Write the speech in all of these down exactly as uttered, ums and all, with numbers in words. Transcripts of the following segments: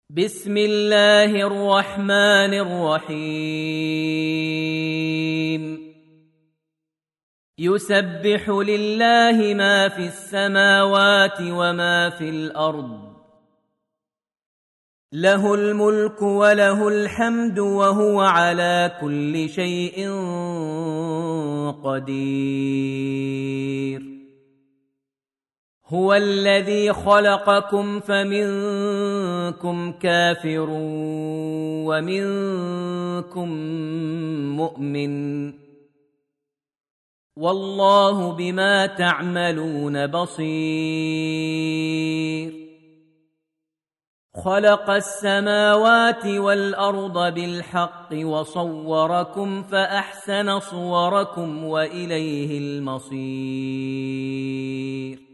بسم الله الرحمن الرحيم يسبح لله ما في السماوات وما في الأرض له الملك وله الحمد وهو على كل شيء قدير هو الذي خلقكم فمنكم كافر ومنكم مؤمن والله بما تعملون بصير خلق السماوات والأرض بالحق وصوركم فأحسن صوركم وإليه المصير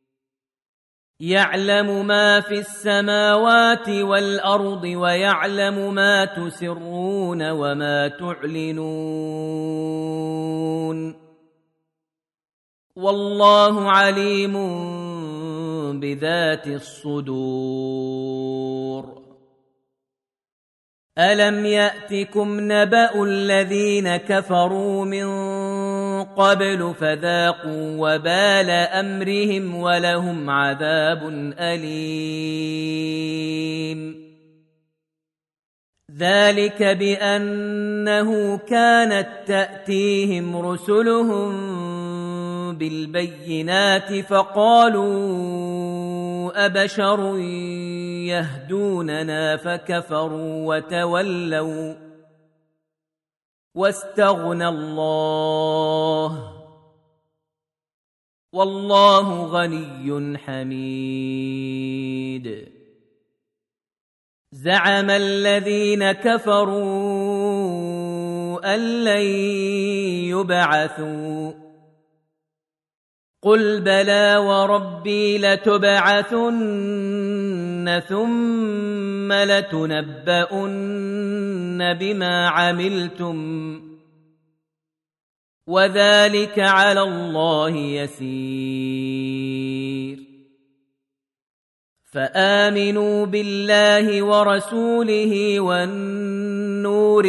يعلم ما في السماوات والأرض ويعلم ما تسرون وما تعلنون والله عليم بذات الصدور ألم يأتكم نبأ الذين كفروا من قبل فذاقوا وبال أمرهم ولهم عذاب أليم ذلك بأنه كانت تأتيهم رسلهم بالبينات فقالوا أبشر يهدوننا فكفروا وتولوا واستغنى الله والله غني حميد زعم الذين كفروا أن لن يبعثوا قل بلى وربي لتبعثن ثم لتنبؤن بما عملتم وذلك على الله يسير فآمنوا بالله ورسوله والنور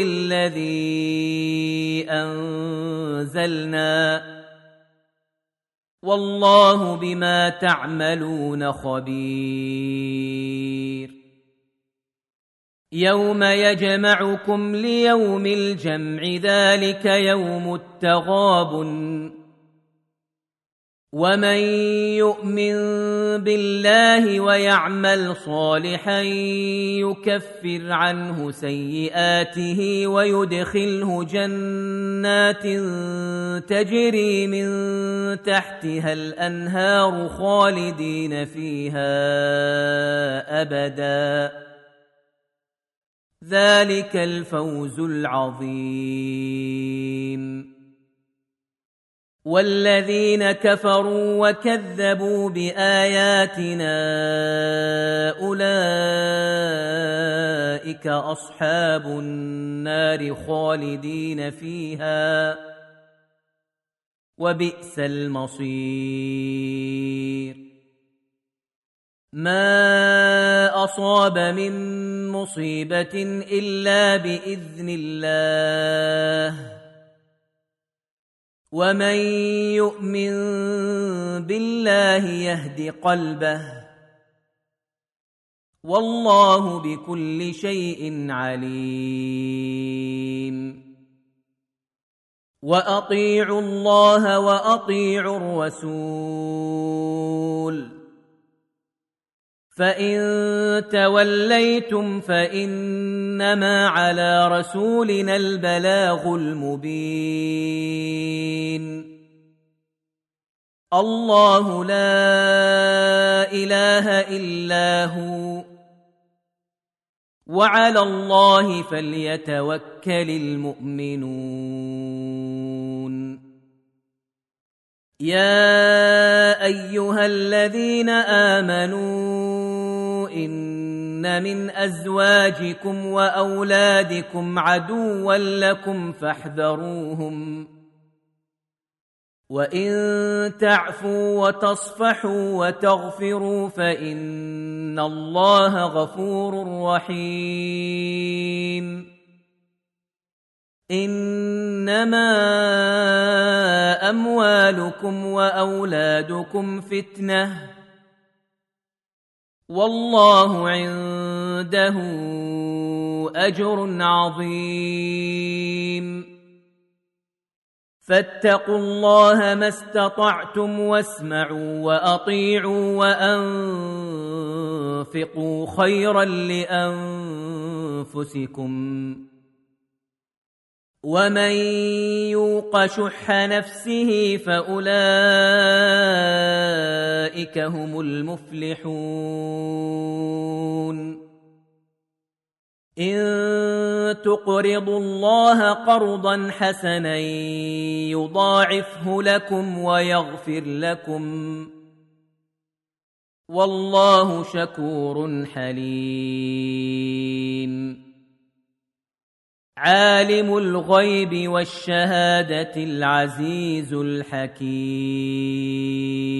الذي أنزلنا والله بما تعملون خبير يوم يجمعكم ليوم الجمع ذلك يوم التغابن ومن يؤمن بالله ويعمل صالحا يكفر عنه سيئاته ويدخله جنات تجري من تحتها الأنهار خالدين فيها أبدا ذلك الفوز العظيم والذين كفروا وكذبوا بآياتنا أولئك أصحاب النار خالدين فيها وبئس المصير ما أصاب من مصيبة إلا بإذن الله ومن يؤمن بالله يهد قلبه والله بكل شيء عليم وأطيعوا الله وأطيعوا الرسول فإن توليتم فإنما على رسولنا البلاغ المبين الله لا إله إلا هو وعلى الله فليتوكل المؤمنون يا أيها الذين آمنوا إن من أزواجكم وأولادكم عدوا لكم فاحذروهم وإن تعفوا وتصفحوا وتغفروا فإن الله غفور رحيم. إنما أموالكم وأولادكم فتنة والله عنده أجر عظيم. فاتقوا الله ما استطعتم واسمعوا وأطيعوا وأنفقوا خيرا لأنفسكم ومن يوق شح نفسه فأولئك هم المفلحون. إن تقرضوا الله قرضا حسنا يضاعفه لكم ويغفر لكم والله شكور حليم. عالم الغيب والشهادة العزيز الحكيم.